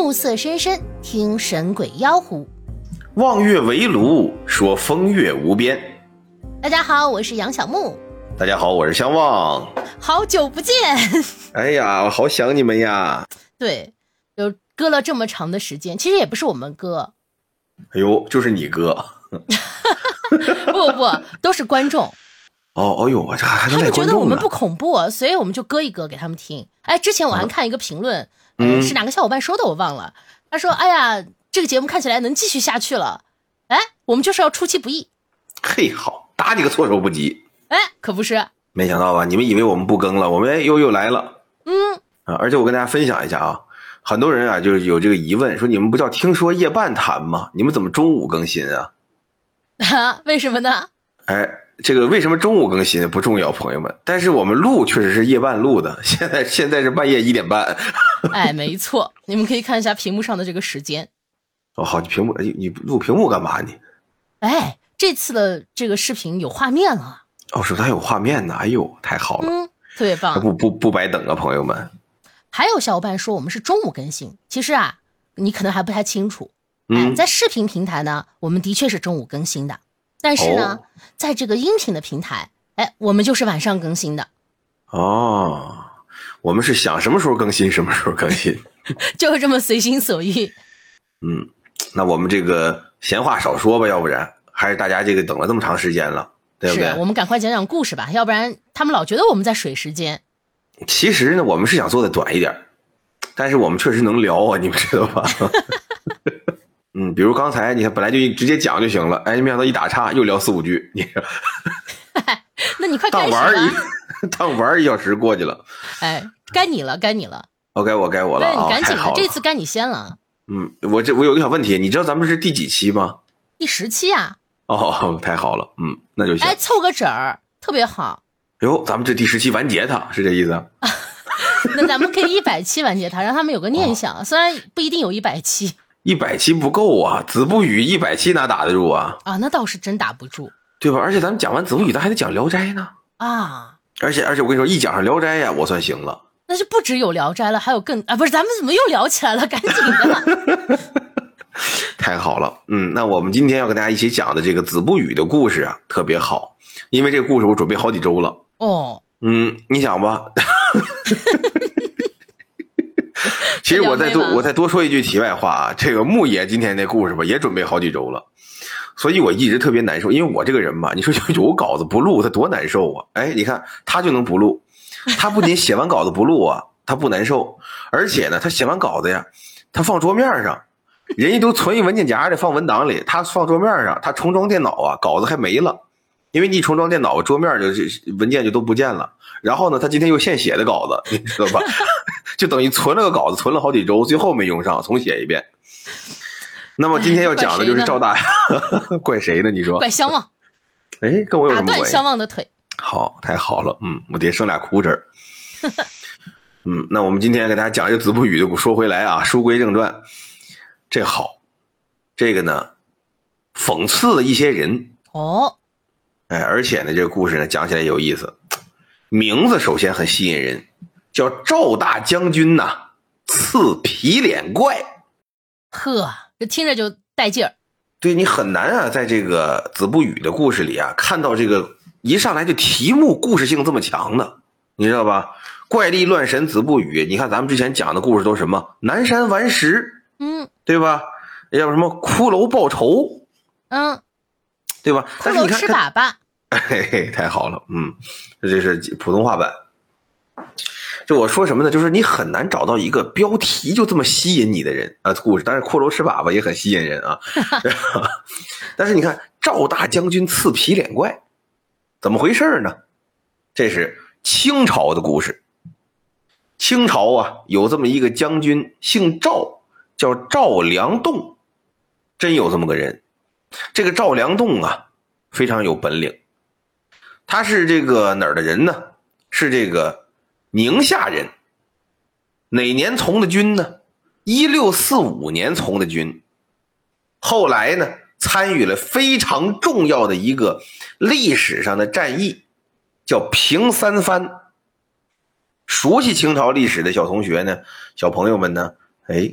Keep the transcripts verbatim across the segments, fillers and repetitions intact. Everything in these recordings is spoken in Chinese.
暮色深深，听神鬼妖狐。 望月围炉，说风月无边。 大家好，我是杨小木。 大家好，我是相望。 好久不见。 哎呀，我好想你们呀。 对，就割了这么长的时间，其实也不是我们割。 哎呦，就是你割。 不不，都是观众。 哦，哎呦，这还能带观众呢。他们觉得我们不恐怖，所以我们就割一割给他们听。哎，之前我还看一个评论，嗯、呃，是哪个小伙伴说的我忘了。他说：“哎呀，这个节目看起来能继续下去了。”哎，我们就是要出其不意。 嘿，好，打你个措手不及。 哎，可不是。 没想到吧？你们以为我们不更了，我们又又来了。 嗯啊，而且我跟大家分享一下啊，很多人啊就是有这个疑问，说你们不叫听说夜半谈吗？你们怎么中午更新啊？ 啊，为什么呢？ 哎，这个为什么中午更新不重要，朋友们，但是我们录确实是夜半录的，现在现在是半夜一点半。 哎，没错，你们可以看一下屏幕上的这个时间。 哦，好，你屏幕你你录屏幕干嘛你？ 哎，这次的这个视频有画面了。 哦，是它有画面呢，哎呦，太好了， 嗯，特别棒， 不不不白等啊，朋友们。 还有小伙伴说我们是中午更新，其实啊，你可能还不太清楚。 嗯， 哎，在视频平台呢，我们的确是中午更新的。但是呢、哦、在这个音频的平台，哎，我们就是晚上更新的。 哦，我们是想什么时候更新什么时候更新。 就是这么随心所欲。 嗯，那我们这个闲话少说吧，要不然还是大家这个等了这么长时间了，对不对？ 是，我们赶快讲讲故事吧，要不然他们老觉得我们在水时间。 其实呢，我们是想做的短一点，但是我们确实能聊啊，你们知道吧？嗯，比如刚才你看本来就直接讲就行了，哎，没想到一打岔又聊四五句，你说那你快开始吧。 当玩一当玩一小时过去了。 哎，该你了，该你了。 哦，该我该我了。 对，你赶紧了， 这次该你先了。 嗯，我这我有个小问题，你知道咱们是第几期吗？ 第十期啊。 哦，太好了，嗯，那就行。 哎，凑个整儿，特别好。 哟，咱们这第十期完结它，是这意思？ 那咱们可以一百期完结它，让他们有个念想，哦、虽然不一定有一百期。 一百期不够啊，子不语一百期哪打得住啊？ 啊，那倒是真打不住， 对吧？而且咱们讲完子不语，咱还得讲聊斋呢。 啊， 而且而且我跟你说，一讲上聊斋呀，我算行了。 那就不只有聊斋了，还有更啊，不是，咱们怎么又聊起来了？赶紧的。 太好了，嗯，那我们今天要跟大家一起讲的这个子不语的故事啊，特别好，因为这个故事我准备好几周了。 哦， 嗯，你想吧。其实我再多我再多说一句题外话啊，这个牧野今天那故事吧，也准备好几周了，所以我一直特别难受，因为我这个人吧，你说有稿子不录，他多难受啊！哎，你看他就能不录，他不仅写完稿子不录啊，他不难受，而且呢，他写完稿子呀，他放桌面上，人家都存一文件夹的放文档里，他放桌面上，他重装电脑啊，稿子还没了。因为你重装电脑，桌面就文件就都不见了。然后呢，他今天又现写的稿子，你知道吧？就等于存了个稿子，存了好几周，最后没用上，重写一遍。那么今天要讲的就是赵大，怪谁呢？你说？ 怪相望。 哎，跟我有什么关系？ 打断相望的腿。 好，太好了，嗯，我得生俩哭汁儿。嗯，那我们今天给大家讲一个子不语的，说回来啊，书归正传。这好，这个呢，讽刺了一些人。 哦。 哎，而且呢，这个故事呢讲起来有意思，名字首先很吸引人，叫赵大将军呐、啊，刺皮脸怪。 呵，这听着就带劲儿。 对，你很难啊，在这个子不语的故事里啊，看到这个一上来就题目故事性这么强的，你知道吧？怪力乱神子不语，你看咱们之前讲的故事都是什么？南山顽石， 嗯， 对吧？要什么骷髅报仇， 嗯。 对吧？ 骷髅吃粑粑， 嘿嘿，太好了，嗯，这是普通话版。就我说什么呢？就是你很难找到一个标题就这么吸引你的人啊，故事。当然，骷髅吃粑粑也很吸引人啊。但是你看，赵大将军刺皮脸怪，怎么回事呢？这是清朝的故事。清朝啊，有这么一个将军，姓赵，叫赵良栋，真有这么个人。这个赵良栋啊，非常有本领。他是这个哪儿的人呢？是这个宁夏人。哪年从的军呢？一六四五年从的军。后来呢，参与了非常重要的一个历史上的战役，叫平三藩。熟悉清朝历史的小同学呢，小朋友们呢，哎，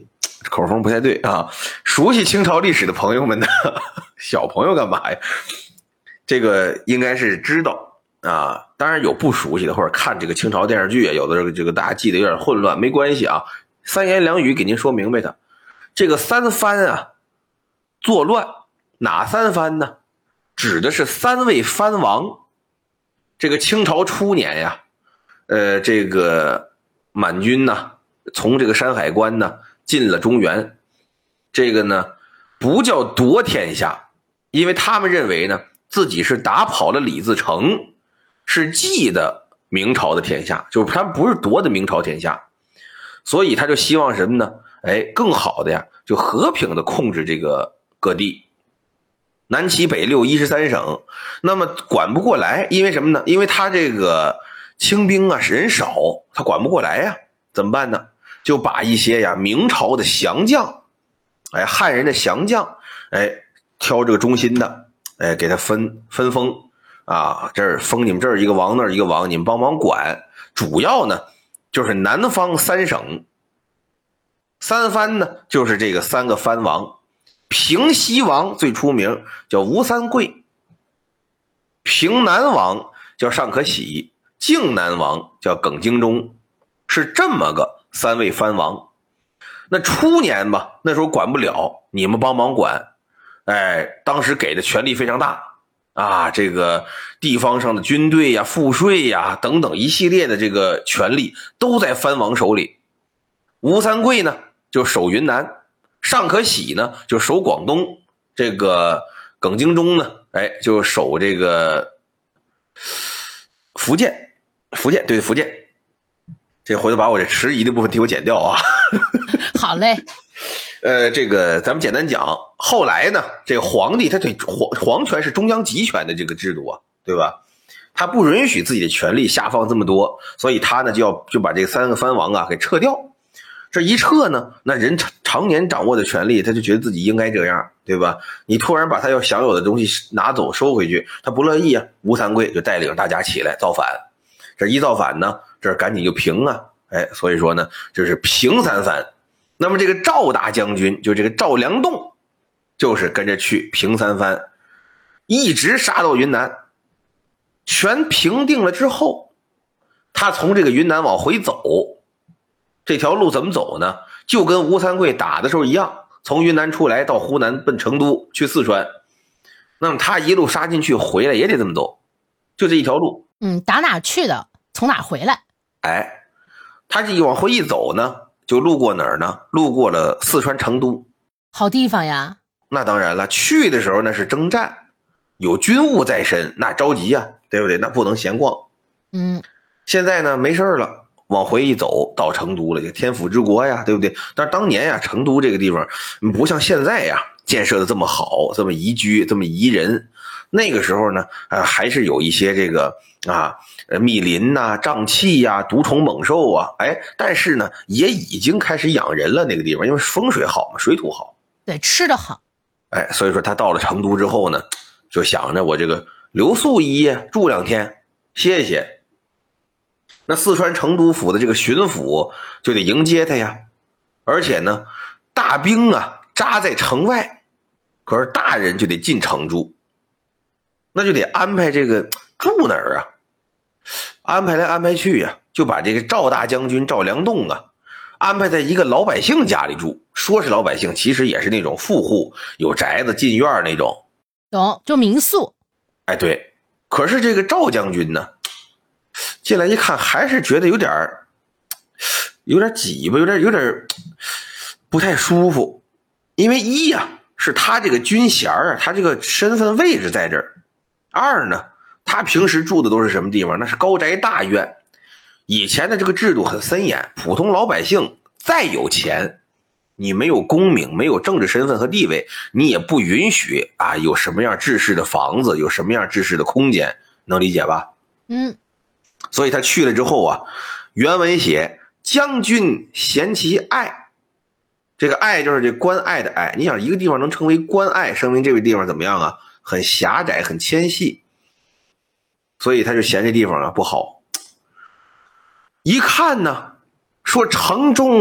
口风不太对啊。熟悉清朝历史的朋友们呢，小朋友干嘛呀？这个应该是知道啊。当然有不熟悉的，或者看这个清朝电视剧，有的这个这个大家记得有点混乱，没关系啊。三言两语给您说明白它。这个三藩啊，作乱，哪三藩呢？指的是三位藩王。这个清朝初年呀，呃，这个满军呢，从这个山海关呢进了中原，这个呢不叫夺天下，因为他们认为呢自己是打跑了李自成，是继的明朝的天下，就是他们不是夺的明朝天下，所以他就希望什么呢？哎，更好的呀，就和平的控制这个各地。南七北六一十三省，那么管不过来，因为什么呢？因为他这个清兵啊人少，他管不过来呀，怎么办呢？就把一些呀明朝的降将，哎，汉人的降将，哎，挑这个中心的，哎，给他分分封啊，这儿封你们这儿一个王，那儿一个王，你们帮忙管。主要呢就是南方三省，三藩呢就是这个三个藩王。平西王最出名叫吴三桂，平南王叫尚可喜，靖南王叫耿精忠，是这么个三位藩王。那初年吧，那时候管不了，你们帮忙管。哎，当时给的权力非常大啊，这个地方上的军队呀、赋税呀等等一系列的这个权力都在藩王手里。吴三桂呢就守云南，尚可喜呢就守广东，这个耿精忠呢，哎，就守这个福建，福建对福建。这回头把我这迟疑的部分替我剪掉啊。 好嘞。 呃，这个咱们简单讲，后来呢，这个皇帝他对皇皇权是中央集权的这个制度啊，对吧？他不允许自己的权力下放这么多，所以他呢就要就把这三个藩王啊给撤掉。这一撤呢，那人常年掌握的权力，他就觉得自己应该这样，对吧？你突然把他要享有的东西拿走收回去，他不乐意啊。吴三桂就带领大家起来造反，这一造反呢，这赶紧就平啊，哎，所以说呢，就是平三藩。那么这个赵大将军，就这个赵良栋，就是跟着去平三藩，一直杀到云南，全平定了之后，他从这个云南往回走。这条路怎么走呢？就跟吴三桂打的时候一样，从云南出来到湖南奔成都去四川，那么他一路杀进去回来也得这么走，就这一条路。 嗯，打哪去的，从哪回来？ 哎，他这一往回一走呢，就路过哪儿呢？路过了四川成都。 好地方呀。 那当然了，去的时候那是征战，有军务在身，那着急啊，对不对？那不能闲逛。 嗯， 现在呢没事了。往回一走到成都了，天府之国呀，对不对？但是当年呀，成都这个地方不像现在呀建设的这么好，这么宜居，这么宜人。那个时候呢，呃，还是有一些这个啊密林呐、瘴气呀、毒虫猛兽啊，哎，但是呢，也已经开始养人了。那个地方因为风水好嘛，水土好， 对，吃的好， 哎，所以说他到了成都之后呢，就想着我这个留宿一夜，住两天，歇歇。那四川成都府的这个巡抚就得迎接他呀，而且呢，大兵啊扎在城外，可是大人就得进城住，那就得安排这个住哪儿啊？安排来安排去呀、啊，就把这个赵大将军赵良栋啊安排在一个老百姓家里住，说是老百姓，其实也是那种富户，有宅子进院那种， 懂，就民宿。 哎，对，可是这个赵将军呢？进来一看，还是觉得有点有点挤吧，有点有点不太舒服。因为一呀、啊，是他这个军衔啊，他这个身份位置在这儿；二呢，他平时住的都是什么地方？那是高宅大院。以前的这个制度很森严，普通老百姓再有钱，你没有功名，没有政治身份和地位，你也不允许啊有什么样制式的房子，有什么样制式的空间，能理解吧？ 嗯。 所以他去了之后啊，原文写将军嫌其爱，这个爱就是这关爱的爱。你想一个地方能称为关爱，说明这个地方怎么样啊？很狭窄，很纤细，所以他就嫌这地方啊不好。一看呢，说城中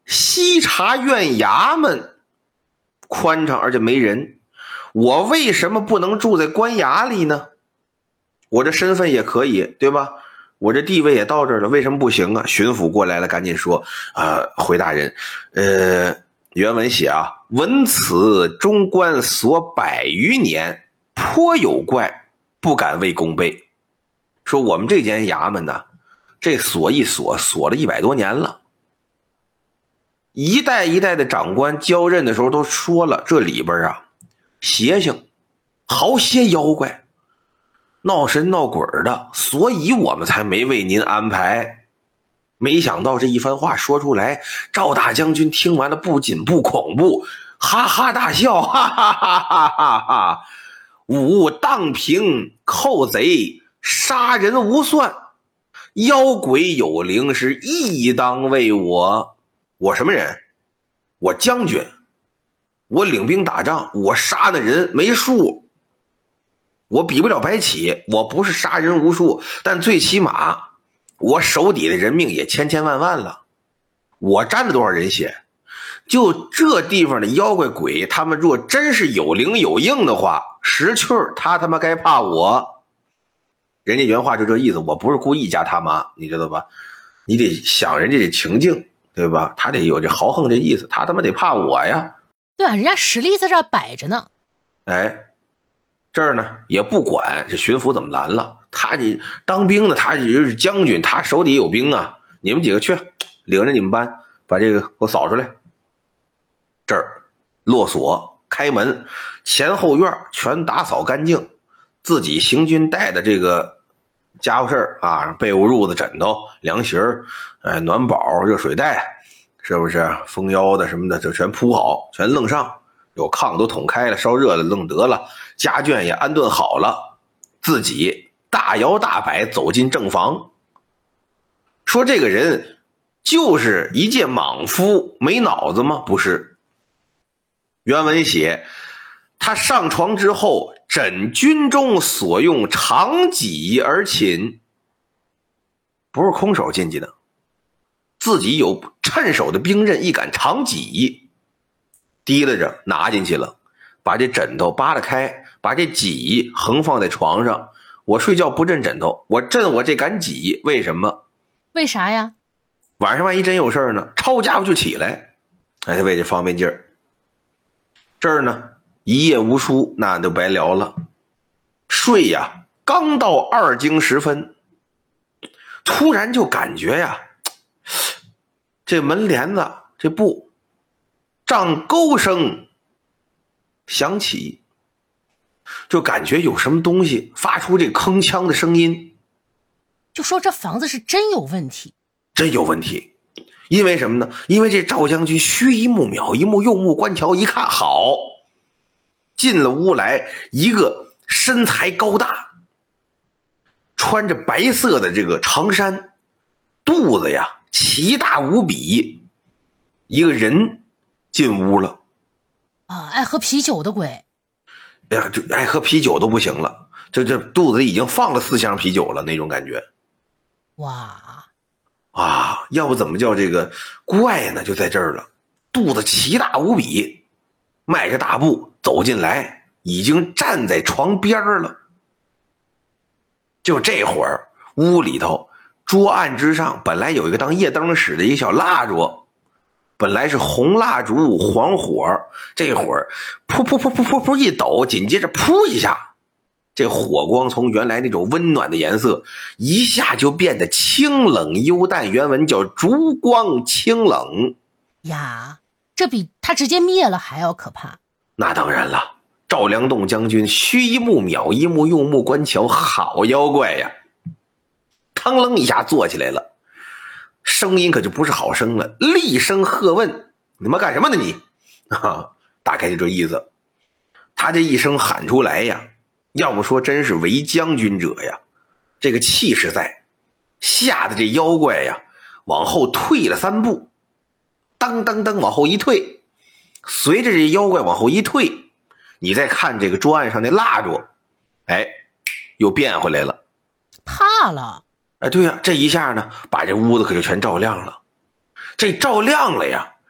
西茶院衙门宽敞而且没人，我为什么不能住在官衙里呢？我这身份也可以，对吧？我这地位也到这儿了，为什么不行啊？巡抚过来了，赶紧说，呃，回大人，呃，原文写啊，闻此中官所百余年，颇有怪，不敢为公备。说我们这间衙门呢，这锁一锁，锁了一百多年了。一代一代的长官交任的时候都说了，这里边啊，邪性，好些妖怪。闹神闹鬼的，所以我们才没为您安排。没想到这一番话说出来，赵大将军听完了不仅不恐怖，哈哈大笑，哈哈哈哈哈哈！吾荡平寇贼，杀人无算，妖鬼有灵是亦当为我。我什么人？我将军，我领兵打仗，我杀的人没数。我比不了白起，我不是杀人无数，但最起码我手底的人命也千千万万了。我沾了多少人血？就这地方的妖怪鬼，他们若真是有灵有应的话，识趣儿他他妈该怕我。人家原话就这意思，我不是故意加他妈，你知道吧？你得想人家这情境，对吧？他得有这豪横这意思，他他妈得怕我呀。 对啊，人家实力在这儿摆着呢。 哎，这儿呢也不管这巡抚怎么拦了，他这当兵的，他就是将军，他手底有兵啊。你们几个去，领着你们班把这个给我扫出来。这儿落锁开门，前后院全打扫干净，自己行军带的这个家伙事儿啊，被褥褥子枕头凉席儿，哎，暖宝热水袋，是不是封腰的什么的就全铺好，全愣上。有炕都捅开了，烧热了愣得了，家眷也安顿好了，自己大摇大摆走进正房。说这个人就是一介莽夫，没脑子吗？不是。原文写他上床之后，枕军中所用长戟而寝，不是空手进去的，自己有趁手的兵刃一杆长戟，提拉着拿进去了，把这枕头扒拉开，把这戟横放在床上。我睡觉不震枕头，我震我这杆戟，为什么？ 为啥呀？ 晚上万一真有事呢，抄家伙就起来，哎，为这方便劲儿。这儿呢一夜无书，那就白聊了。睡呀，刚到二更时分，突然就感觉呀，这门帘子这布丈钩声响起，就感觉有什么东西发出这铿锵的声音， 就说这房子是真有问题， 真有问题。因为什么呢？因为这赵将军虚一目秒一目用目观瞧一看，好，进了屋来一个身材高大，穿着白色的这个长衫，肚子呀奇大无比，一个人进屋了啊！爱喝啤酒的鬼， 哎呀，就爱喝啤酒都不行了，这这肚子里已经放了四箱啤酒了那种感觉。 哇啊，要不怎么叫这个怪呢？就在这儿了，肚子奇大无比，迈着大步走进来，已经站在床边了。就这会儿，屋里头桌案之上本来有一个当夜灯使的一个小蜡烛，本来是红蜡烛黄火，这会儿噗噗噗噗噗噗一抖，紧接着噗一下，这火光从原来那种温暖的颜色一下就变得清冷幽淡，原文叫烛光清冷呀，这比他直接灭了还要可怕。 那当然了，赵良栋将军虚一目秒一目用目观瞧，好妖怪呀，吭楞一下坐起来了，声音可就不是好声了，厉声喝问：你们干什么呢你？啊，大概就这意思。他这一声喊出来呀，要么说真是为将军者呀，这个气势在，吓得这妖怪呀往后退了三步，当当当往后一退。随着这妖怪往后一退，你再看这个桌案上那蜡烛，哎，又变回来了， 怕了。 哎，对呀、啊，这一下呢把这屋子可就全照亮了。这照亮了呀，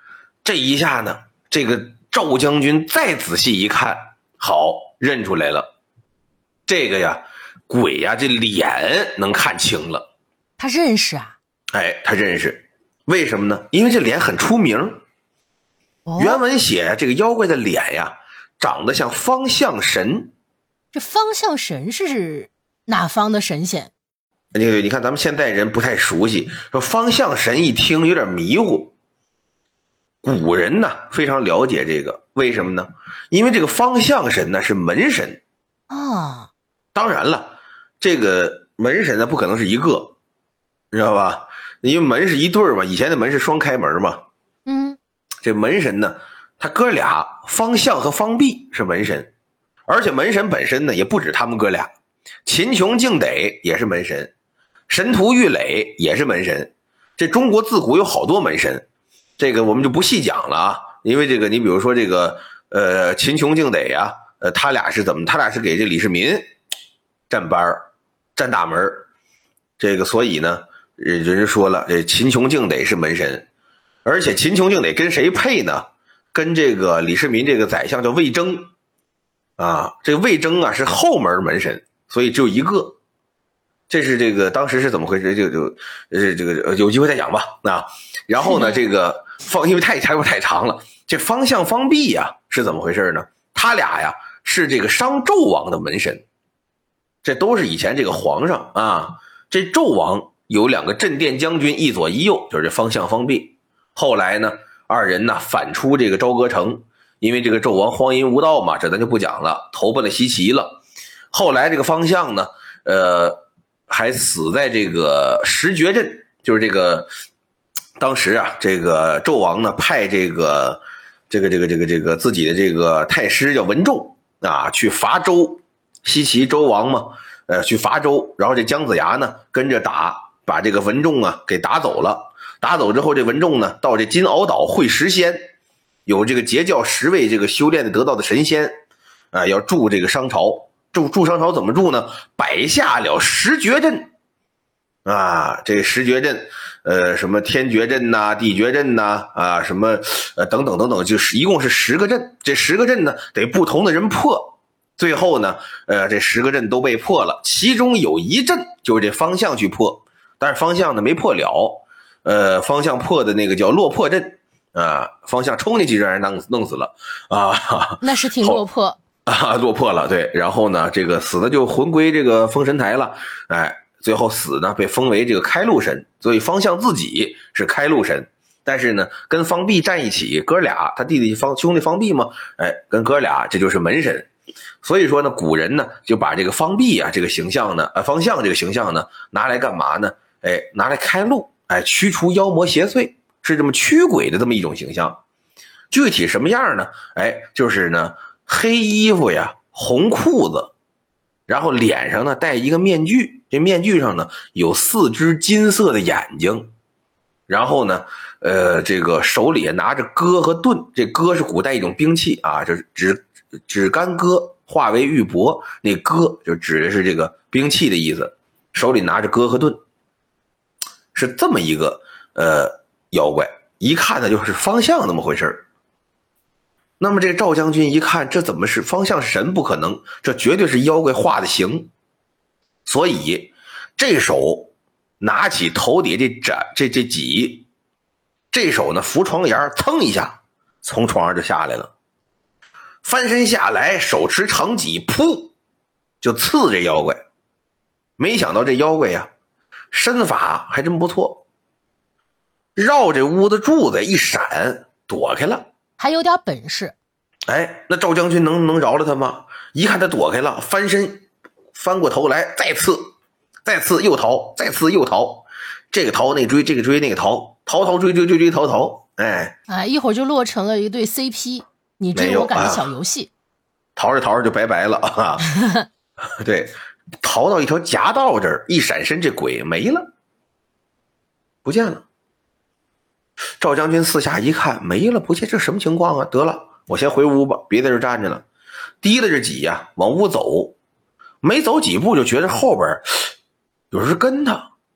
这一下呢，这个赵将军再仔细一看，好，认出来了，这个呀鬼呀这脸能看清了。 他认识啊？ 哎，他认识。为什么呢？因为这脸很出名。哦、原文写这个妖怪的脸呀长得像方相神。 这方相神是哪方的神仙？ 你你看咱们现代人不太熟悉，说方相神一听有点迷糊。古人呢非常了解这个，为什么呢？因为这个方相神呢是门神啊。 当然了，这个门神呢不可能是一个，你知道吧？因为门是一对嘛，以前的门是双开门嘛。 嗯， 这门神呢，他哥俩方相和方弼是门神，而且门神本身呢也不止他们哥俩，秦琼、敬得也是门神，神荼、郁垒也是门神。这中国自古有好多门神，这个我们就不细讲了啊，因为这个你比如说这个呃秦琼、敬得呀，呃他俩是怎么？他俩是给这李世民占班占大门，这个所以呢，人人说了，这秦琼、敬得是门神。而且秦琼、敬得跟谁配呢？跟这个李世民这个宰相叫魏征啊，这个魏征啊是后门门神，所以只有一个。这是这个当时是怎么回事？就就呃这个有机会再讲吧。啊，然后呢，这个方因为太太太长了，这方相方弼呀是怎么回事呢？他俩呀是这个商纣王的门神，这都是以前这个皇上啊。这纣王有两个镇殿将军，一左一右，就是这方相方弼。后来呢，二人呢反出这个朝歌城，因为这个纣王荒淫无道嘛，这咱就不讲了，投奔了西岐了。后来这个方相呢，呃，还死在这个石绝镇，就是这个当时啊，这个纣王呢派这个这个这个这个这个自己的这个太师叫文仲啊，去伐周，西岐周王嘛，呃，去伐周，然后这姜子牙呢跟着打，把这个文仲啊给打走了。打走之后，这文仲呢到这金鳌岛会石仙，有这个截教十位这个修炼的得道的神仙啊，要助这个商朝。助助商朝怎么助呢？摆下了十绝阵啊，这十绝阵，呃，什么天绝阵呐、地绝阵呐，啊，什么呃等等等等，就是一共是十个阵。这十个阵呢，得不同的人破。最后呢，呃，这十个阵都被破了，其中有一阵就是这方相去破，但是方相呢没破了。呃，方向破的那个叫落魄阵啊，方向冲进去让人弄弄死了啊， 那是挺落魄啊，落魄了，对。然后呢，这个死的就魂归这个封神台了，哎，最后死呢被封为这个开路神，所以方向自己是开路神，但是呢跟方弼站一起，哥俩他弟弟方兄弟方弼嘛，哎，跟哥俩这就是门神。所以说呢，古人呢就把这个方弼啊这个形象呢，呃，方向这个形象呢拿来干嘛呢？哎，拿来开路。哎，驱除妖魔邪祟，是这么驱鬼的这么一种形象。具体什么样呢？哎，就是呢，黑衣服呀，红裤子，然后脸上呢戴一个面具，这面具上呢有四只金色的眼睛，然后呢，呃，这个手里拿着戈和盾，这戈是古代一种兵器啊，就是指指干戈化为玉帛，那戈就指的是这个兵器的意思，手里拿着戈和盾。是这么一个呃妖怪，一看呢就是方向那么回事。那么这个赵将军一看，这怎么是方向神？不可能，这绝对是妖怪画的形。所以这手拿起头底这枕这这戟，这手呢扶床沿，噌一下从床上就下来了，翻身下来，手持长戟，噗就刺这妖怪。没想到这妖怪呀，身法还真不错，绕这屋子柱子一闪躲开了， 还有点本事。 哎，那赵将军能能饶了他吗？一看他躲开了，翻身翻过头来再刺，再刺又逃，再刺又逃，这个逃那追，这个追那个逃，逃逃追追追追逃逃。哎啊，一会儿就落成了一对 C P 你追我赶的小游戏、 啊、逃着逃着就拜拜了啊对，逃到一条夹道这儿，一闪身这鬼没了，不见了。赵将军四下一看没了不见，这什么情况啊？得了，我先回屋吧，别在这站着了。提了着戟呀往屋走，没走几步就觉得后边有人跟他，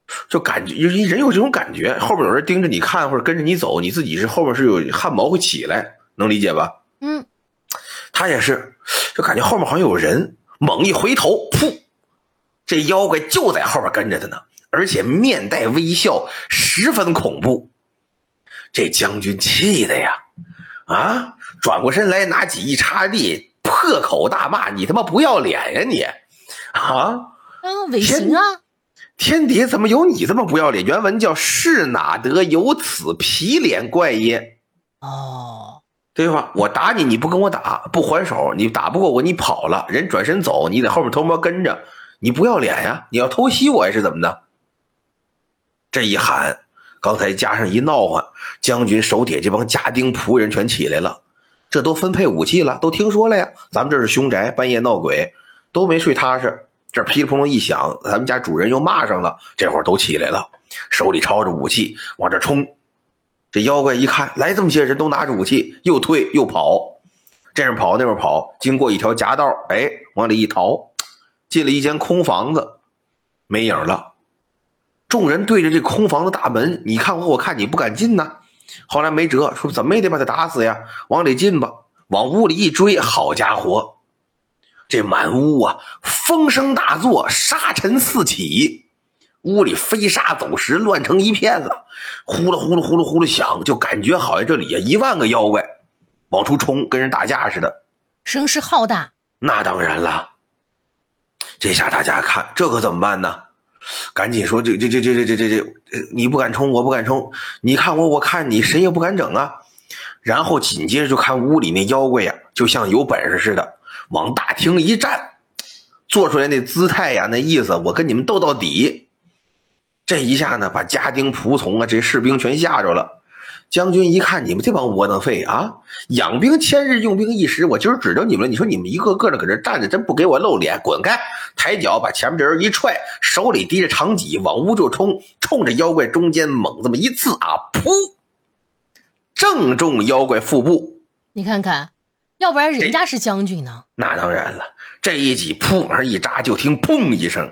就感觉人有这种感觉，后边有人盯着你看或者跟着你走，你自己是后面是有汗毛会起来，能理解吧？ 嗯， 他也是，就感觉后面好像有人，猛一回头，噗，这妖怪就在后边跟着他呢，而且面带微笑，十分恐怖。这将军气的呀，啊，转过身来拿起一叉地，破口大骂：“你他妈不要脸呀你！啊， 嗯，违刑啊！ 天底下怎么有你这么不要脸？原文叫是哪得有此皮脸怪耶？ 哦， 对吧？我打你，你不跟我打，不还手，你打不过我，你跑了，人转身走，你在后面偷摸跟着，你不要脸呀？你要偷袭我呀？是怎么的？”这一喊，刚才加上一闹唤，将军手底下这帮家丁仆人全起来了，这都分配武器了，都听说了呀。咱们这是凶宅，半夜闹鬼，都没睡踏实。这噼里啪啦一响，咱们家主人又骂上了，这会儿都起来了，手里抄着武器往这冲。这妖怪一看来这么些人都拿着武器，又退又跑，这边跑那边跑，经过一条夹道，哎，往里一逃，进了一间空房子，没影了。众人对着这空房的大门，你看我我看你，不敢进呢。后来没辙，说怎么也得把他打死呀，往里进吧。往屋里一追，好家伙，这满屋啊，风声大作，沙尘四起，屋里飞沙走石，乱成一片了，呼噜呼噜呼噜呼噜响，就感觉好像这里啊一万个妖怪往出冲，跟人打架似的， 声势浩大。 那当然了，这下大家看这可怎么办呢？赶紧说这这这这这这这这，你不敢冲，我不敢冲，你看我，我看你，谁也不敢整啊。然后紧接着就看屋里那妖怪呀，就像有本事似的，往大厅一站，做出来那姿态呀，那意思我跟你们斗到底。这一下呢，把家丁仆从啊这士兵全吓着了。将军一看你们这帮窝囊废啊，养兵千日，用兵一时，我今儿指着你们了，你说你们一个个的搁这站着，真不给我露脸，滚开！抬脚把前面这人一踹，手里提着长戟往屋就冲，冲着妖怪中间猛这么一刺啊，噗，正中妖怪腹部。 你看看，要不然人家是将军呢。 那当然了，这一戟噗往上一扎，就听砰一声，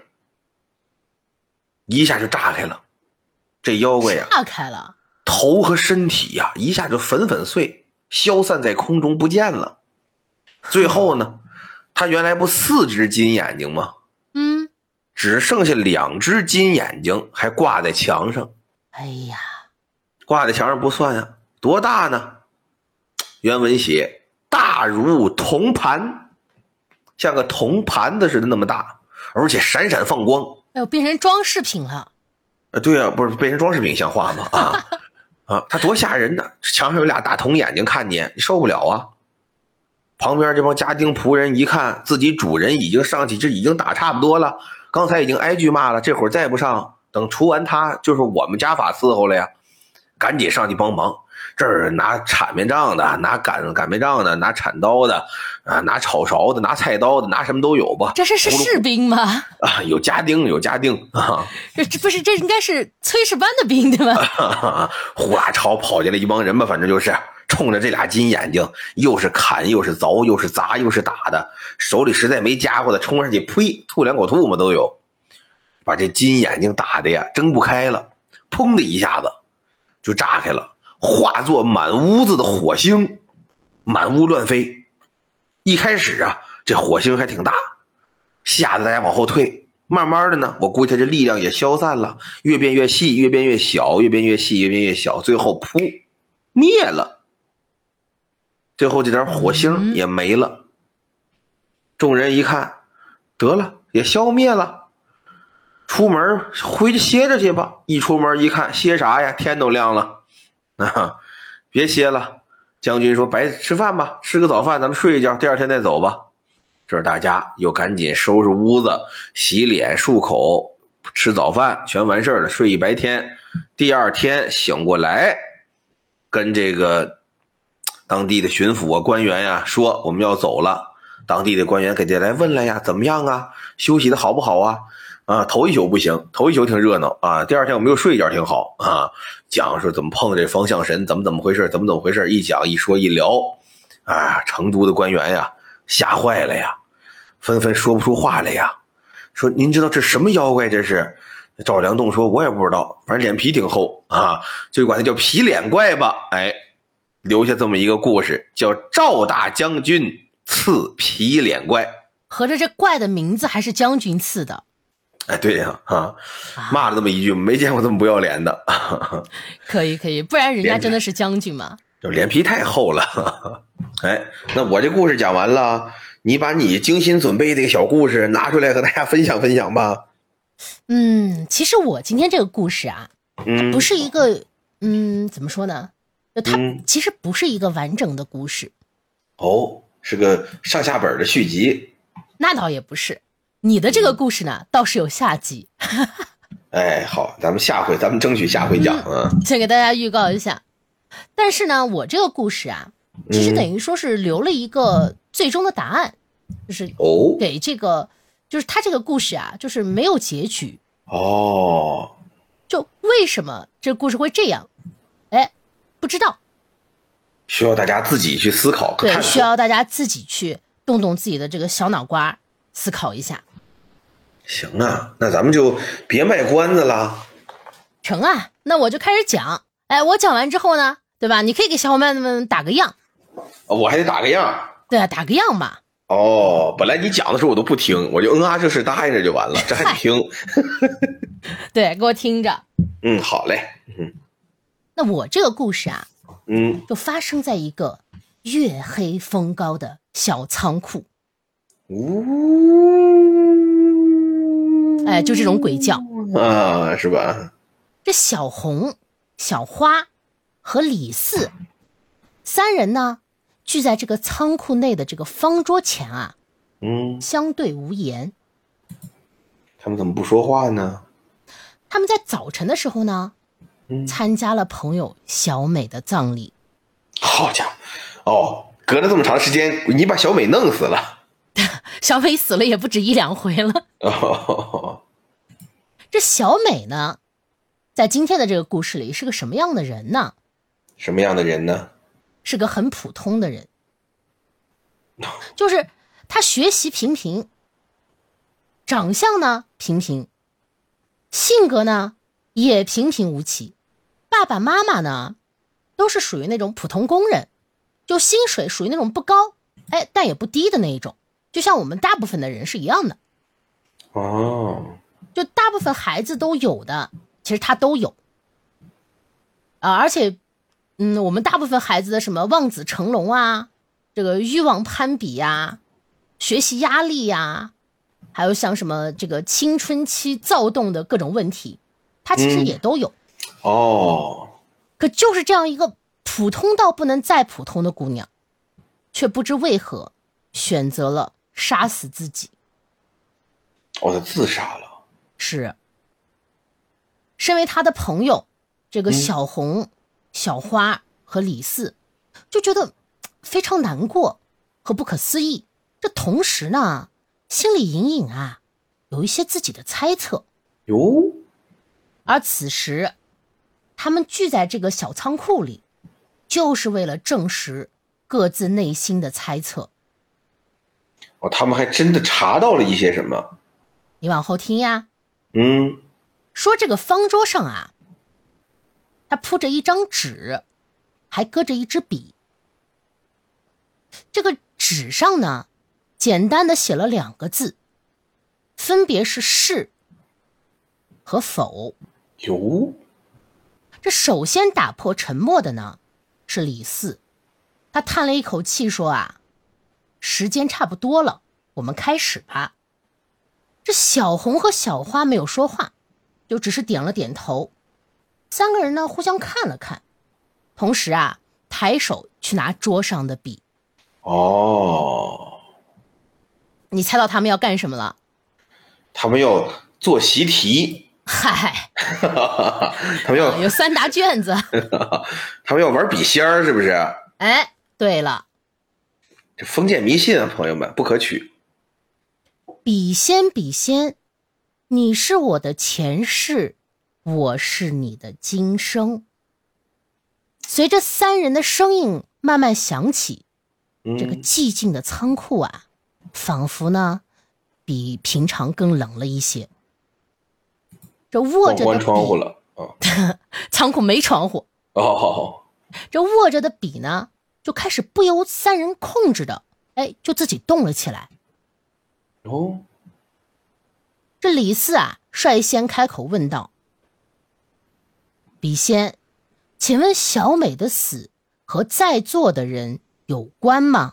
一下就炸开了。这妖怪呀， 炸开了， 头和身体呀、啊，一下就粉粉碎，消散在空中不见了。最后呢，他原来不四只金眼睛吗？ 嗯， 只剩下两只金眼睛还挂在墙上。 哎呀， 挂在墙上不算呀，多大呢？原文写大如铜盘，像个铜盘子似的那么大，而且闪闪放光。 哎呦，变成装饰品了。 呃，对啊，不是变成装饰品像话吗？啊啊，他多吓人呢！墙上有俩大铜眼睛，看你受不了啊！旁边这帮家丁仆人一看自己主人已经上去，这已经打差不多了，刚才已经挨句骂了，这会儿再不上，等除完他就是我们家法伺候了呀，赶紧上去帮忙。这儿拿铲面杖的，拿擀擀面杖的，拿铲刀的啊，拿炒勺的，拿菜刀的，拿什么都有吧。 这是是士兵吗？ 啊，有家丁有家丁啊， 这这不是这应该是炊事班的兵对吧？ 呼啦朝跑进来一帮人吧，反正就是冲着这俩金眼睛，又是砍又是凿又是砸又是打的，手里实在没家伙的，冲上去呸吐两口吐沫都有，把这金眼睛打的呀睁不开了，砰的一下子就炸开了，化作满屋子的火星，满屋乱飞。一开始啊，这火星还挺大，吓得大家往后退。慢慢的呢，我估计他这力量也消散了，越变越细，越变越小，越变越细，越变越小，最后噗灭了。最后这点火星也没了。嗯、众人一看，得了，也消灭了。出门回去歇着去吧。一出门一看，歇啥呀？天都亮了。啊，别歇了。将军说：“白吃饭吧，吃个早饭，咱们睡一觉，第二天再走吧。”这大家又赶紧收拾屋子，洗脸漱口，吃早饭，全完事儿了，睡一白天。第二天醒过来，跟这个当地的巡抚啊官员呀说我们要走了。当地的官员给这来问了呀，怎么样啊？休息的好不好啊？啊，头一宿不行，头一宿挺热闹啊，第二天我们又睡一觉挺好啊。讲说怎么碰这方向神，怎么怎么回事，怎么怎么回事，一讲一说一聊，啊，成都的官员呀吓坏了呀，纷纷说不出话来呀。说您知道这什么妖怪？这是赵良栋说：“我也不知道，反正脸皮挺厚啊，就管他叫皮脸怪吧。”哎，留下这么一个故事，叫赵大将军刺皮脸怪。 合着这怪的名字还是将军赐的。 哎，对呀、啊，啊，骂了这么一句，没见过这么不要脸的。 可以可以，不然人家真的是将军嘛。 就脸皮太厚了。哎，那我这故事讲完了，你把你精心准备的小故事拿出来和大家分享分享吧。 嗯，其实我今天这个故事啊， 嗯， 不是一个，嗯，怎么说呢？它其实不是一个完整的故事。 哦，是个上下本的续集。 那倒也不是，你的这个故事呢，倒是有下集。 哎，好，咱们下回，咱们争取下回讲啊。 嗯，先给大家预告一下。但是呢，我这个故事啊，其实等于说是留了一个最终的答案，就是给这个，就是他这个故事啊，就是没有结局。 哦， 就为什么这个故事会这样？哎，不知道， 需要大家自己去思考。 对，需要大家自己去动动自己的这个小脑瓜，思考一下。 行啊，那咱们就别卖关子了。 成啊，那我就开始讲。哎，我讲完之后呢，对吧？你可以给小伙伴们打个样。 我还得打个样。 对啊，打个样嘛。 哦，本来你讲的时候我都不听，我就嗯啊这是答应着就完了，这还得听。 对，给我听着。 嗯，好嘞。嗯， 那我这个故事啊， 嗯， 就发生在一个月黑风高的小仓库。 呜， 哎，就这种鬼叫啊，是吧？ 这小红、小花和李四三人呢，聚在这个仓库内的这个方桌前啊， 嗯， 相对无言。 他们怎么不说话呢？ 他们在早晨的时候呢，嗯、参加了朋友小美的葬礼。 好家伙，哦，隔了这么长时间，你把小美弄死了。 小美死了也不止一两回了。 哦， 这小美呢，在今天的这个故事里是个什么样的人呢？ 什么样的人呢？ 是个很普通的人，就是她学习平平，长相呢平平，性格呢也平平无奇，爸爸妈妈呢都是属于那种普通工人，就薪水属于那种不高，哎，但也不低的那一种，就像我们大部分的人是一样的。 哦， 就大部分孩子都有的，其实他都有啊，而且嗯，我们大部分孩子的什么望子成龙啊，这个欲望攀比呀，学习压力呀，还有像什么这个青春期躁动的各种问题，他其实也都有。 嗯、哦， 可就是这样一个普通到不能再普通的姑娘，却不知为何选择了杀死自己。 哦，她自杀了。 是。身为她的朋友，这个小红、嗯、小花和李四就觉得非常难过和不可思议，这同时呢，心里隐隐啊有一些自己的猜测哟。 而此时他们聚在这个小仓库里，就是为了证实各自内心的猜测。 哦，他们还真的查到了一些什么？ 你往后听呀。 嗯， 说这个方桌上啊，它铺着一张纸，还搁着一支笔。这个纸上呢，简单的写了两个字，分别是是和否。 哟， 这首先打破沉默的呢，是李四，他叹了一口气说啊，时间差不多了，我们开始吧。这小红和小花没有说话，就只是点了点头。三个人呢互相看了看，同时啊抬手去拿桌上的笔。 哦， 你猜到他们要干什么了？ 他们要做习题。 嗨， 他们要有三沓卷子。 他们要玩笔仙儿，是不是？ 哎，对了， 这封建迷信啊，朋友们，不可取。 笔仙笔仙，你是我的前世，我是你的今生。随着三人的声音慢慢响起， 嗯、 这个寂静的仓库啊，仿佛呢比平常更冷了一些。 这握着的关窗户了啊！ 仓库没窗户哦， 这握着的笔呢，就开始不由三人控制的，哎，就自己动了起来。 哦， 这李四啊，率先开口问道：“笔仙，请问小美的死和在座的人有关吗？”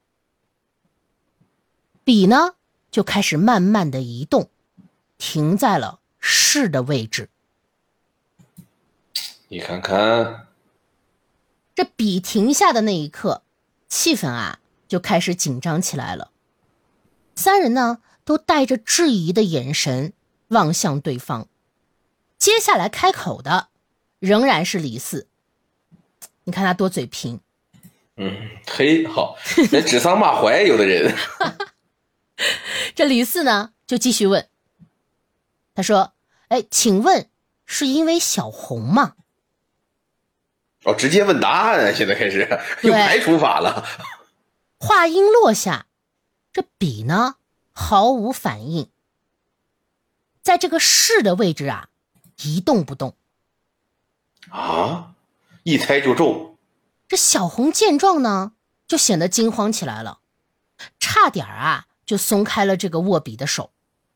笔呢，就开始慢慢的移动，停在了是的位置。 你看看， 这笔停下的那一刻，气氛啊就开始紧张起来了。三人呢都带着质疑的眼神望向对方。接下来开口的仍然是李四，你看他多嘴贫。 嗯，嘿，好，人指桑骂槐，有的人。 这李四呢就继续问，他说：“哎，请问是因为小红吗？” 哦，直接问答案啊！现在开始用排除法了。 话音落下，这笔呢毫无反应，在这个是的位置啊一动不动。 啊，一猜就中。 这小红见状呢就显得惊慌起来了，差点啊就松开了这个握笔的手。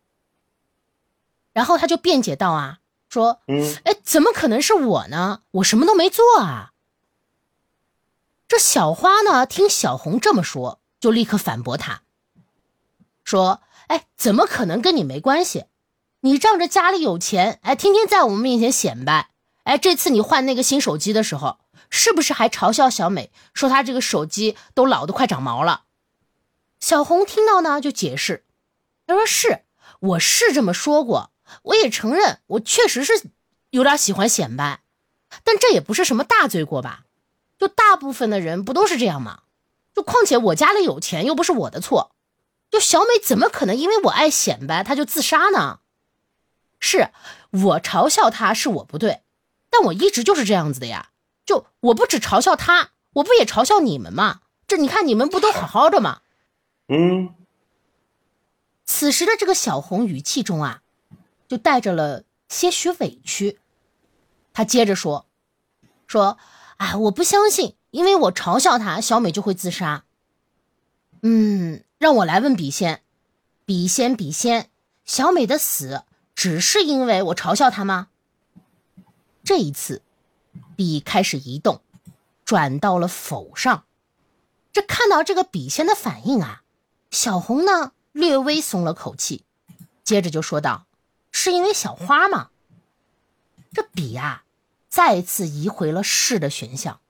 然后他就辩解道啊，说：“嗯，哎，怎么可能是我呢？我什么都没做啊。”这小花呢，听小红这么说，就立刻反驳他，说：“哎，怎么可能跟你没关系？你仗着家里有钱，哎，天天在我们面前显摆，哎，这次你换那个新手机的时候，是不是还嘲笑小美，说她这个手机都老得快长毛了？”小红听到呢，就解释，他说：“是，我是这么说过。我也承认我确实是有点喜欢显摆，但这也不是什么大罪过吧，就大部分的人不都是这样吗？就况且我家里有钱又不是我的错，就小美怎么可能因为我爱显摆她就自杀呢？是我嘲笑她是我不对，但我一直就是这样子的呀，就我不只嘲笑她，我不也嘲笑你们吗？这你看你们不都好好的吗？” 嗯， 此时的这个小红语气中啊就带着了些许委屈。他接着说说啊，我不相信因为我嘲笑她小美就会自杀。嗯，让我来问笔仙，笔仙笔仙，小美的死只是因为我嘲笑她吗？这一次笔开始移动，转到了否上。这看到这个笔仙的反应啊，小红呢略微松了口气，接着就说道：“是因为小花吗？”这笔啊再次移回了是的选项。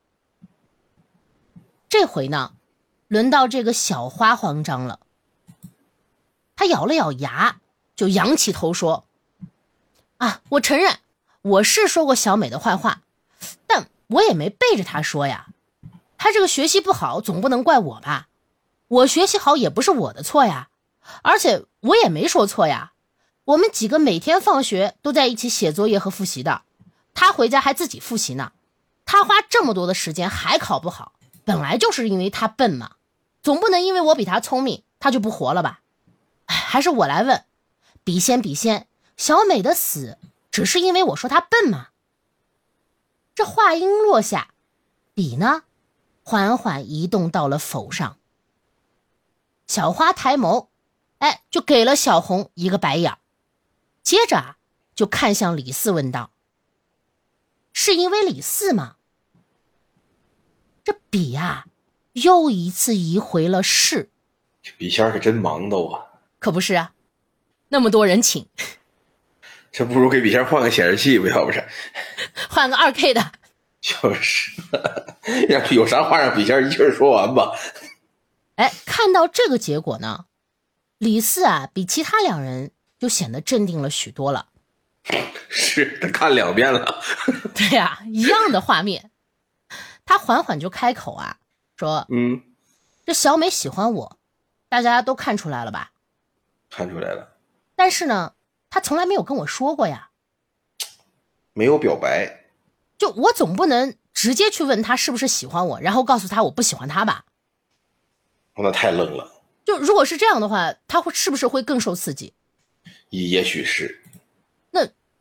这回呢轮到这个小花慌张了，他咬了咬牙，就仰起头说：“啊，我承认我是说过小美的坏话，但我也没背着她说呀。她这个学习不好总不能怪我吧？我学习好也不是我的错呀，而且我也没说错呀。我们几个每天放学都在一起写作业和复习的，她回家还自己复习呢。她花这么多的时间还考不好，本来就是因为她笨嘛，总不能因为我比她聪明，她就不活了吧？哎，还是我来问，笔仙笔仙，小美的死只是因为我说她笨吗？”这话音落下，笔呢缓缓移动到了否上。小花抬眸，哎，就给了小红一个白眼，接着啊就看向李四问道：“是因为李四吗？”这笔啊又一次移回了是。 笔仙是真忙的啊。 可不是啊，那么多人请， 这不如给笔仙换个显示器吧，要不是换个 二 K 的。 就是让有啥话让笔仙一气儿说完吧。 哎，看到这个结果呢，李四啊比其他两人就显得镇定了许多了。 是他看两遍了。 对呀、啊，一样的画面。他缓缓就开口啊说：“嗯，这小美喜欢我，大家都看出来了吧？” 看出来了。 但是呢，她从来没有跟我说过呀。 没有表白。 就我总不能直接去问她是不是喜欢我，然后告诉她我不喜欢她吧？ 那太冷了。 就如果是这样的话，她会是不是会更受刺激？ 也许是。 那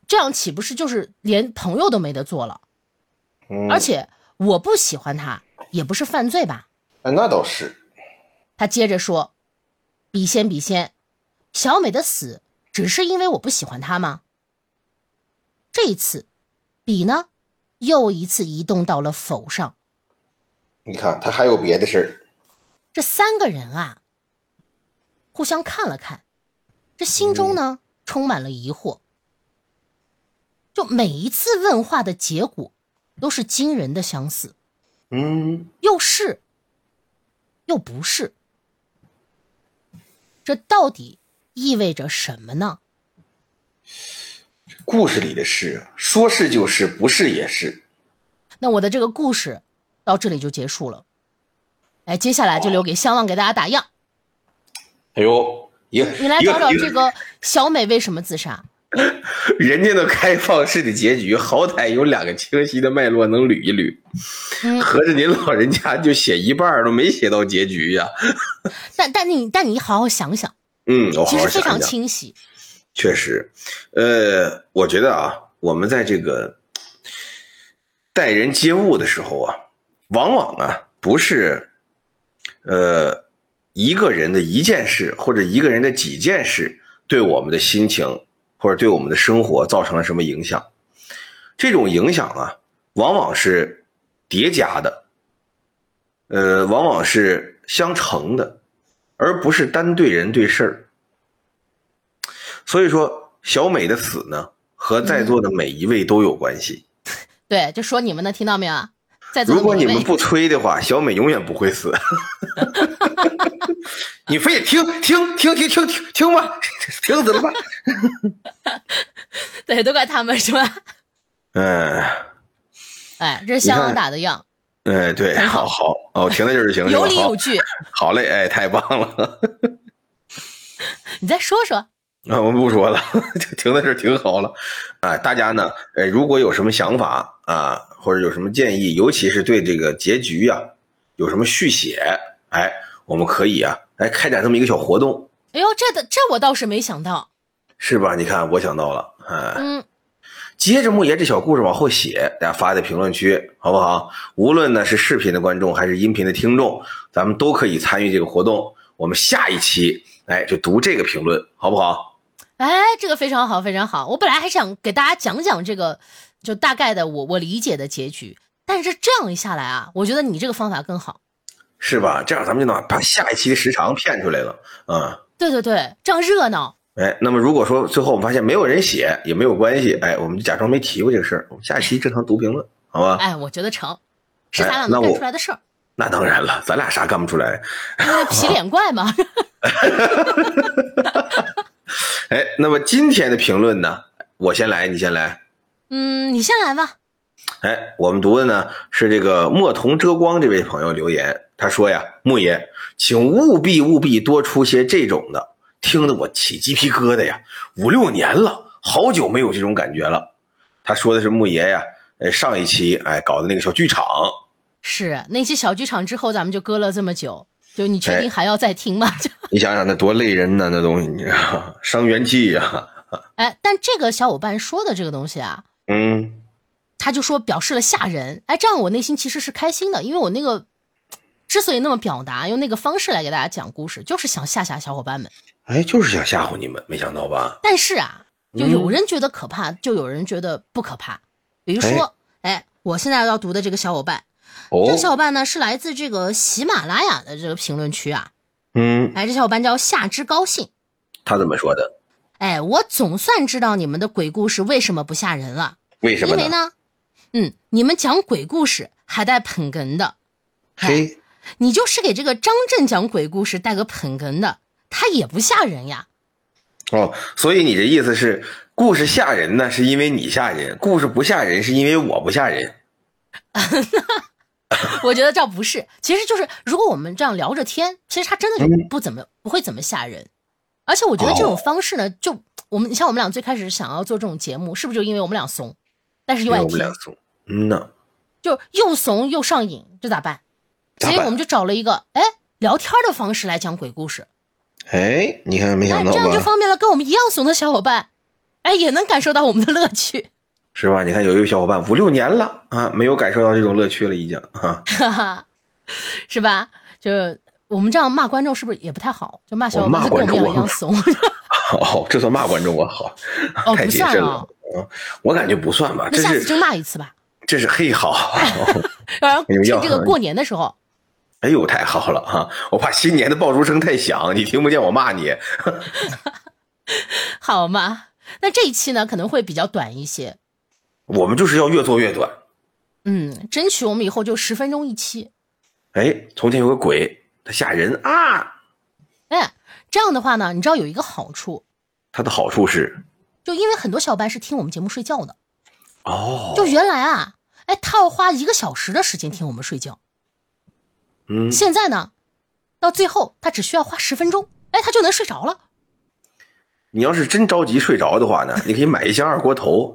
这样岂不是就是连朋友都没得做了？ 嗯， 而且我不喜欢他也不是犯罪吧？ 哎，那倒是。 他接着说，笔仙笔仙，小美的死只是因为我不喜欢她吗？这一次笔呢又一次移动到了否上。 你看他还有别的事儿。 这三个人啊互相看了看，这心中呢、嗯、充满了疑惑。就每一次问话的结果都是惊人的相似。 嗯， 又是又不是，这到底意味着什么呢？ 故事里的事，说是就是，不是也是。 那我的这个故事到这里就结束了。哎，接下来就留给相望给大家打样。 哎呦，你你来找找这个小美为什么自杀？ 人家的开放式的结局，好歹有两个清晰的脉络能捋一捋。嗯、合着您老人家就写一半都没写到结局呀？ 但但你但你好好想想， 嗯，我好好想想， 其实非常清晰。 确实，呃，我觉得啊，我们在这个待人接物的时候啊，往往啊不是呃一个人的一件事或者一个人的几件事对我们的心情或者对我们的生活造成了什么影响，这种影响啊往往是叠加的，呃往往是相乘的，而不是单对人对事儿。所以说小美的死呢和在座的每一位都有关系。 嗯、对，就说你们呢，听到没有啊？在座的如果你们不催的话，小美永远不会死。你非得听听听听听听听吧，听死了吧。 对，都怪他们是吧？ 嗯， 哎，这是相望打的样。 哎，对，好好哦，停在这儿就行了。 有理有据。 好嘞，哎，太棒了。 你再说说。 啊，我不说了，停在这儿挺好了。啊，大家呢，呃，如果有什么想法啊，或者有什么建议，尤其是对这个结局啊，有什么续写，哎，我们可以啊，来开展这么一个小活动。 哎呦，这的这我倒是没想到， 是吧？你看，我想到了，哎、 嗯， 接着牧爷这小故事往后写，大家发在评论区，好不好？无论呢是视频的观众还是音频的听众，咱们都可以参与这个活动。我们下一期，哎，就读这个评论，好不好？ 哎，这个非常好，非常好。我本来还想给大家讲讲这个，就大概的我我理解的结局，但是这样一下来啊，我觉得你这个方法更好， 是吧？这样咱们就能把下一期的时长骗出来了，嗯， 对对对，这样热闹。 哎，那么如果说最后我们发现没有人写也没有关系，哎，我们就假装没提过这个事儿，我们下一期正常读评论，好吧？ 哎，我觉得成，是咱俩能干出来的事儿、哎。 那当然了，咱俩啥干不出来？ 因为皮脸怪嘛。 哎，那么今天的评论呢，我先来，你先来。 嗯，你先来吧。 哎，我们读的呢是这个墨桐遮光这位朋友留言，他说呀，牧爷，请务必务必多出些这种的，听得我起鸡皮疙瘩呀，五六年了，好久没有这种感觉了。他说的是牧爷呀，哎，上一期哎搞的那个小剧场， 是那期小剧场之后，咱们就搁了这么久。就你确定还要再听吗？ 哎、你想想那多累人呢，那东西你知道伤元气呀。 哎，但这个小伙伴说的这个东西啊， 嗯， 他就说表示了吓人，哎，这样我内心其实是开心的，因为我那个之所以那么表达，用那个方式来给大家讲故事，就是想吓吓小伙伴们。 哎，就是想吓唬你们，没想到吧？ 但是啊，就有人觉得可怕，嗯、就有人觉得不可怕。比如说，哎，哎我现在要读的这个小伙伴。 哦、 这个小伙伴呢是来自这个喜马拉雅的这个评论区啊， 嗯， 哎，这小伙伴叫夏之高兴， 他怎么说的？ 哎，我总算知道你们的鬼故事为什么不吓人了。 为什么呢？ 因为呢，嗯，你们讲鬼故事还带捧哏的， 嘿， 你就是给这个张震讲鬼故事带个捧哏的，他也不吓人呀。 哦，所以你这意思是，故事吓人呢，是因为你吓人；故事不吓人，是因为我不吓人。 我觉得这不是，其实就是如果我们这样聊着天，其实他真的就不怎么、嗯、不会怎么吓人。而且我觉得这种方式呢，哦、就我们像我们俩最开始想要做这种节目，是不是就因为我们俩怂，但是又爱听， 我们俩怂，嗯呐， 就又怂又上瘾，这咋办？所以我们就找了一个哎聊天的方式来讲鬼故事。 哎，你看没想到吧？ 哎、这样就方便了跟我们一样怂的小伙伴。 哎，也能感受到我们的乐趣， 是吧？你看有一个小伙伴五六年了啊，没有感受到这种乐趣了，已经啊， 是吧？就我们这样骂观众是不是也不太好？就骂小伙伴跟我们一样怂。 哦，这算骂观众啊？好， 哦， 太不算啊。 嗯，我感觉不算吧。 那下次真骂一次吧。 这是嘿好， 然后趁这个过年的时候。 哎呦，太好了哈！我怕新年的爆竹声太响，你听不见我骂你。 好嘛，那这一期呢可能会比较短一些。 我们就是要越做越短。 嗯，争取我们以后就十分钟一期。 哎，从前有个鬼，他吓人啊！ 哎，这样的话呢，你知道有一个好处。 它的好处是， 就因为很多小伙伴是听我们节目睡觉的。 哦。 就原来啊，哎，他要花一个小时的时间听我们睡觉。 嗯。 现在呢，到最后他只需要花十分钟，哎，他就能睡着了。 你要是真着急睡着的话呢，你可以买一箱二锅头。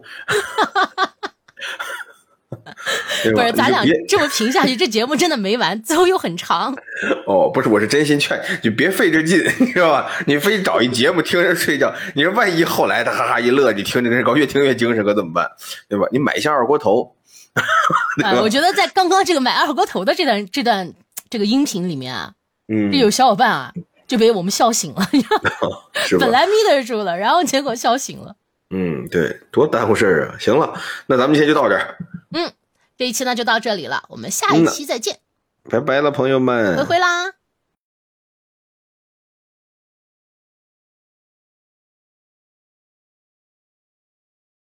不是，咱俩这么评下去，这节目真的没完，最后又很长。 哦，不是，我是真心劝你别费这劲，你知道吧？你非找一节目听着睡觉，你说万一后来他哈哈一乐，你听着跟高，越听越精神，可怎么办？对吧？你买一箱二锅头。 啊，我觉得在刚刚这个买二锅头的这段这段这个音频里面啊， 嗯， 这有小伙伴啊就被我们笑醒了， 是吧？ 本来眯得住了，然后结果笑醒了。 嗯，对，多耽误事儿啊！行了，那咱们今天就到这儿。 嗯，这一期呢就到这里了，我们下一期再见。 嗯、拜拜了，朋友们， 回回啦。